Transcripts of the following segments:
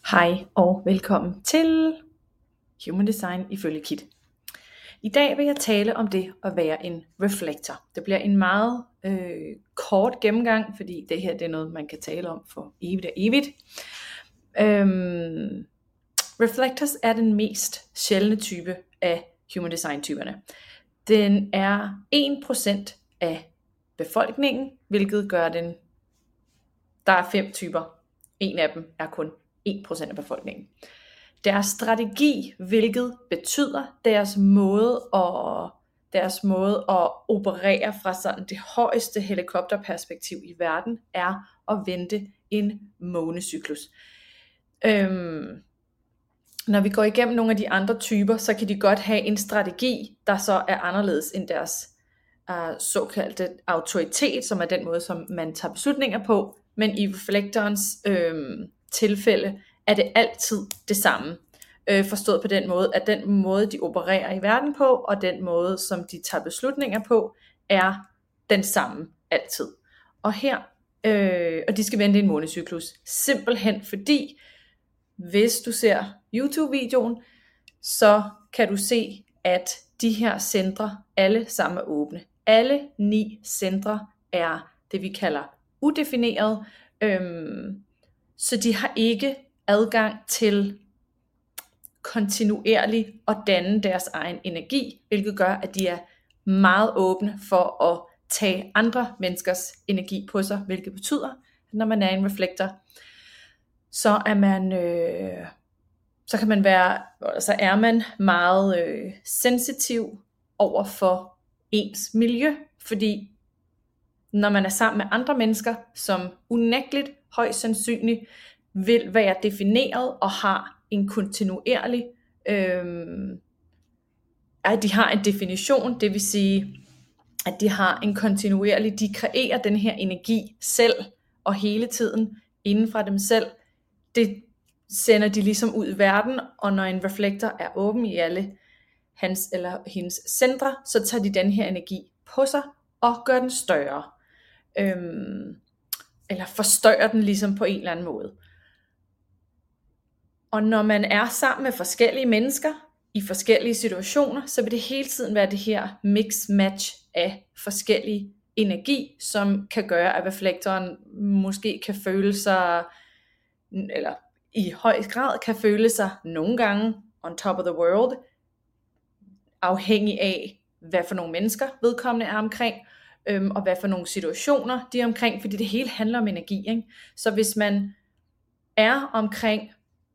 Hej og velkommen til Human Design ifølge Kit. I dag vil jeg tale om det at være en reflektor. Det bliver en meget kort gennemgang, fordi det her det er noget, man kan tale om for evigt og evigt. Reflectors er den mest sjældne type af Human Design typerne. Den er 1% af befolkningen, hvilket gør den. Der er 5 typer. En af dem er kun 1% af befolkningen. Deres strategi, hvilket betyder deres måde at operere fra sådan det højeste helikopterperspektiv i verden, er at vente en månecyklus. Når vi går igennem nogle af de andre typer, så kan de godt have en strategi, der så er anderledes end deres såkaldte autoritet, som er den måde, som man tager beslutninger på. Men i reflektorens tilfælde er det altid det samme. Forstået på den måde, at den måde, de opererer i verden på, og den måde, som de tager beslutninger på, er den samme altid. Og de skal vente en månecyklus. Simpelthen fordi, hvis du ser YouTube-videoen, så kan du se, at de her centre alle sammen er åbne. Alle 9 centre er det, vi kalder udefineret, så de har ikke adgang til kontinuerligt at danne deres egen energi, hvilket gør, at de er meget åbne for at tage andre menneskers energi på sig, hvilket betyder, at når man er en reflektor, så er man meget sensitiv over for ens miljø, fordi når man er sammen med andre mennesker, som unægteligt højst sandsynligt vil være defineret og har en kontinuerlig, at de har en definition, det vil sige, at de har en kontinuerlig, de kreerer den her energi selv og hele tiden inden fra dem selv. Det sender de ligesom ud i verden, og når en reflektor er åben i alle hans eller hendes centre, så tager de den her energi på sig og gør den større. Eller forstørrer den ligesom på en eller anden måde. Og når man er sammen med forskellige mennesker i forskellige situationer, så vil det hele tiden være det her mix-match af forskellig energi, som kan gøre, at reflektoren måske kan føle sig, eller i høj grad kan føle sig nogle gange on top of the world, afhængig af, hvad for nogle mennesker vedkommende er omkring, og hvad for nogle situationer de er omkring, fordi det hele handler om energi, ikke? Så hvis man er omkring,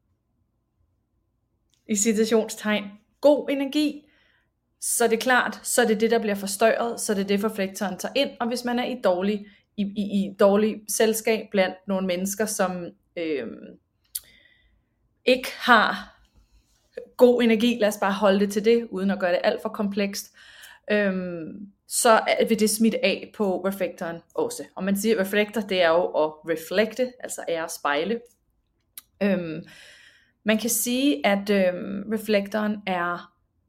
i citationstegn, god energi, så er det klart, så er det det, der bliver forstørret, så er det det, reflektoren tager ind, og hvis man er i dårlig selskab blandt nogle mennesker, som ikke har god energi, lad os bare holde det til det, uden at gøre det alt for komplekst, så vil det smitte af på reflektoren også. Og man siger, at reflektor, det er jo at reflekte, altså er at spejle. Man kan sige, at reflektoren er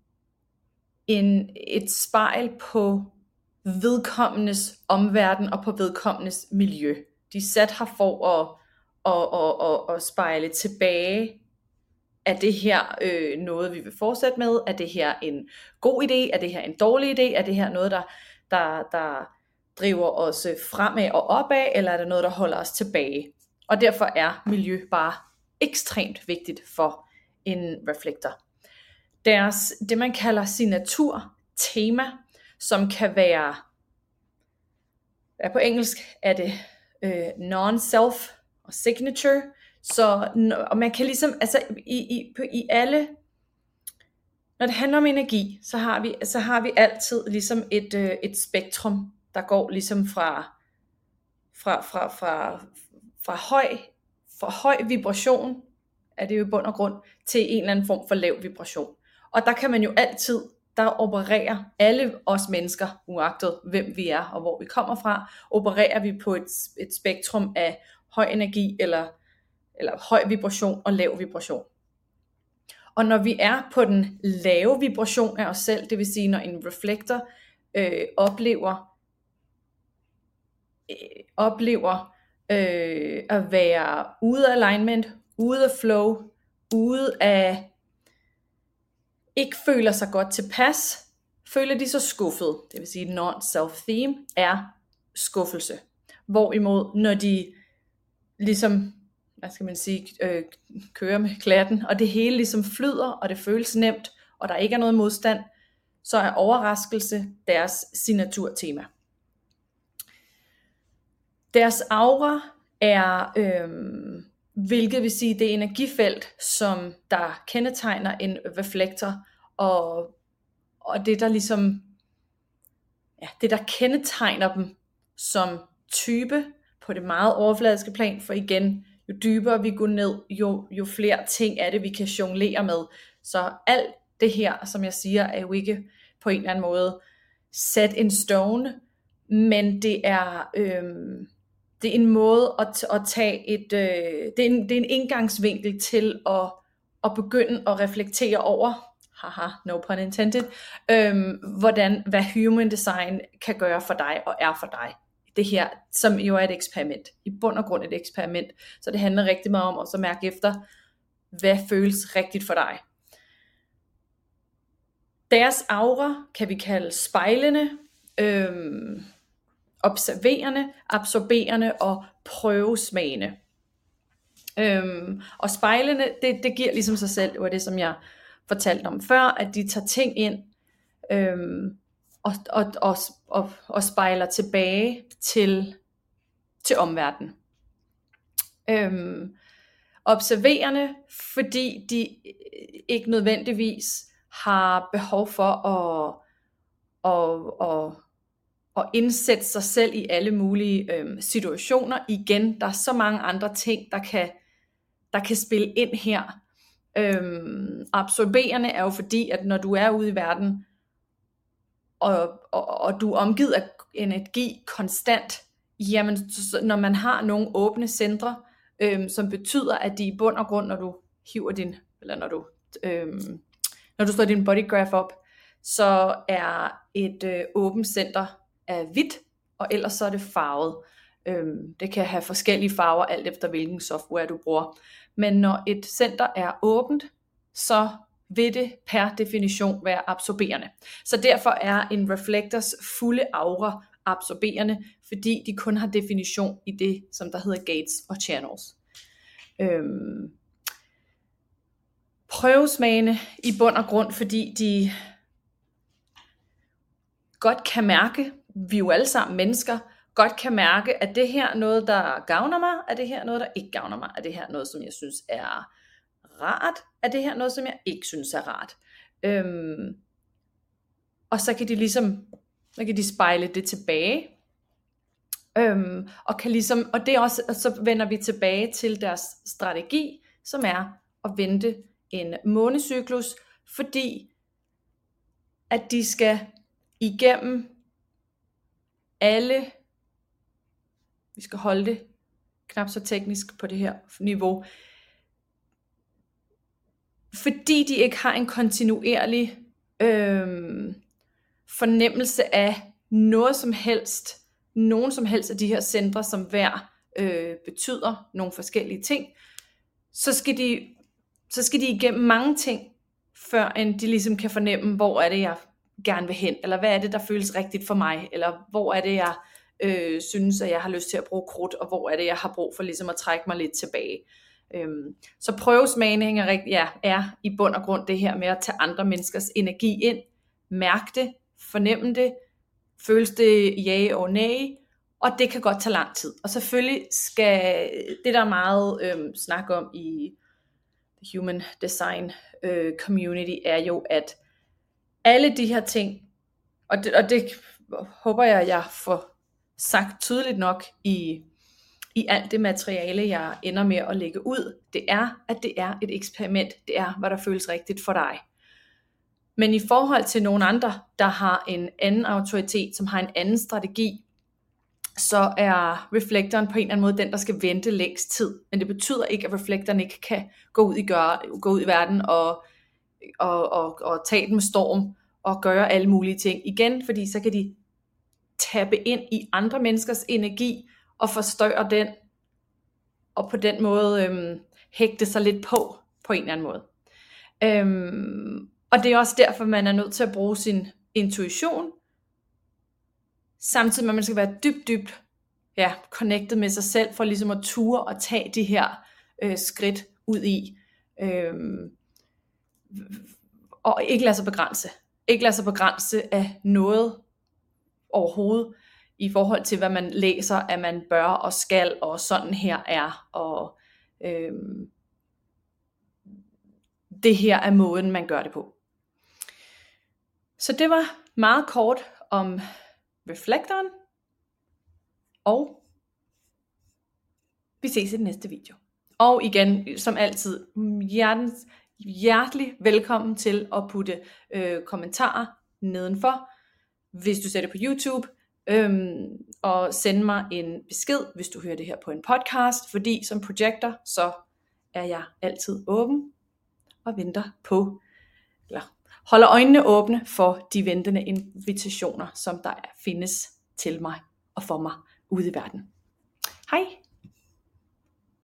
et spejl på vedkommendes omverden og på vedkommendes miljø. De er sat her for at spejle tilbage. Er det her noget, vi vil fortsætte med? Er det her en god idé? Er det her en dårlig idé? Er det her noget, der driver os fremad og opad? Eller er det noget, der holder os tilbage? Og derfor er miljø bare ekstremt vigtigt for en reflektor. Det man kalder signaturtema, som kan være, på engelsk er det non-self og signature, og man kan ligesom, altså i alle, når det handler om energi, så har vi altid ligesom et spektrum, der går ligesom fra høj vibration, er det jo i bund og grund, til en eller anden form for lav vibration. Og der kan man jo altid, der opererer alle os mennesker, uagtet hvem vi er og hvor vi kommer fra, opererer vi på et spektrum af høj energi eller høj vibration og lav vibration. Og når vi er på den lave vibration af os selv, det vil sige, når en reflektor oplever at være ude af alignment, ude af flow, ude af, ikke føler sig godt tilpas, føler de sig skuffet. Det vil sige, non-self-theme er skuffelse. Hvorimod, når de ligesom, hvad skal man sige, kører med klatten, og det hele ligesom flyder, og det føles nemt, og der ikke er noget modstand, så er overraskelse deres signaturtema. Deres aura er, hvilket vil sige, det energifelt, som der kendetegner en reflektor, og det der ligesom, ja, det der kendetegner dem som type på det meget overfladiske plan, for igen, jo dybere vi går ned, jo flere ting er det, vi kan jonglere med. Så alt det her, som jeg siger, er jo ikke på en eller anden måde set in stone, men det er en måde at tage det er en indgangsvinkel til at begynde at reflektere over, haha, no pun intended, hvad human design kan gøre for dig og er for dig. Det her, som jo er et eksperiment, i bund og grund et eksperiment, så det handler rigtig meget om at mærke efter, hvad føles rigtigt for dig. Deres aura kan vi kalde spejlende, observerende, absorberende og prøvesmagende. Og spejlende, det giver ligesom sig selv, det var det, som jeg fortalte om før, at de tager ting ind og spejler tilbage til omverdenen. Observerende, fordi de ikke nødvendigvis har behov for at indsætte sig selv i alle mulige situationer. Igen, der er så mange andre ting, der kan spille ind her. Absorberende er jo fordi, at når du er ude i verden, og du er omgivet af energi konstant, jamen når man har nogle åbne centre, som betyder, at de i bund og grund, når du hiver når du slår din bodygraph op, så er et åbent center af hvidt, og ellers så er det farvet. Det kan have forskellige farver, alt efter hvilken software du bruger. Men når et center er åbent, så vil det per definition være absorberende. Så derfor er en reflektors fulde aura absorberende, fordi de kun har definition i det, som der hedder gates og channels. Prøvesmagende i bund og grund, fordi de godt kan mærke, vi er jo alle sammen mennesker, godt kan mærke, at det her er noget, der gavner mig, er det her noget, der ikke gavner mig, er det her noget, som jeg synes er rart, er det her noget, som jeg ikke synes er rart. Og så kan de ligesom, spejle det tilbage, og det er også, og så vender vi tilbage til deres strategi, som er at vente en månecyklus, fordi at de skal igennem alle, vi skal holde det knap så teknisk på det her niveau, fordi de ikke har en kontinuerlig fornemmelse af nogen som helst af de her centre, som hver betyder nogle forskellige ting, så skal de igennem mange ting, før end de ligesom kan fornemme, hvor er det, jeg gerne vil hen, eller hvad er det, der føles rigtigt for mig, eller hvor er det, jeg synes, at jeg har lyst til at bruge krudt, og hvor er det, jeg har brug for ligesom at trække mig lidt tilbage. Så prøvesmagning er i bund og grund det her med at tage andre menneskers energi ind, mærke det, fornemme det, føles det ja og nej, og det kan godt tage lang tid. Og selvfølgelig skal det, der er meget snak om i the human design community, er jo, at alle de her ting, og det håber jeg får sagt tydeligt nok i alt det materiale, jeg ender med at lægge ud, det er, at det er et eksperiment. Det er, hvad der føles rigtigt for dig. Men i forhold til nogle andre, der har en anden autoritet, som har en anden strategi, så er reflektoren på en eller anden måde den, der skal vente længst tid. Men det betyder ikke, at reflektoren ikke kan gå ud i verden og tage den med storm og gøre alle mulige ting igen, fordi så kan de tappe ind i andre menneskers energi og forstørre den, og på den måde hægte sig lidt på en eller anden måde. Og det er også derfor, man er nødt til at bruge sin intuition, samtidig med, at man skal være dybt connected med sig selv, for ligesom at ture og tage de her skridt ud i, og ikke lade sig begrænse. Ikke lade sig begrænse af noget overhovedet, i forhold til hvad man læser, at man bør og skal, og sådan her er, og det her er måden, man gør det på. Så det var meget kort om reflektoren, og vi ses i den næste video. Og igen, som altid, hjertelig velkommen til at putte kommentarer nedenfor, hvis du ser det på YouTube, og sende mig en besked, hvis du hører det her på en podcast, fordi som projector, så er jeg altid åben og venter på, eller holder øjnene åbne for de ventende invitationer, som der findes til mig og for mig ude i verden. Hej!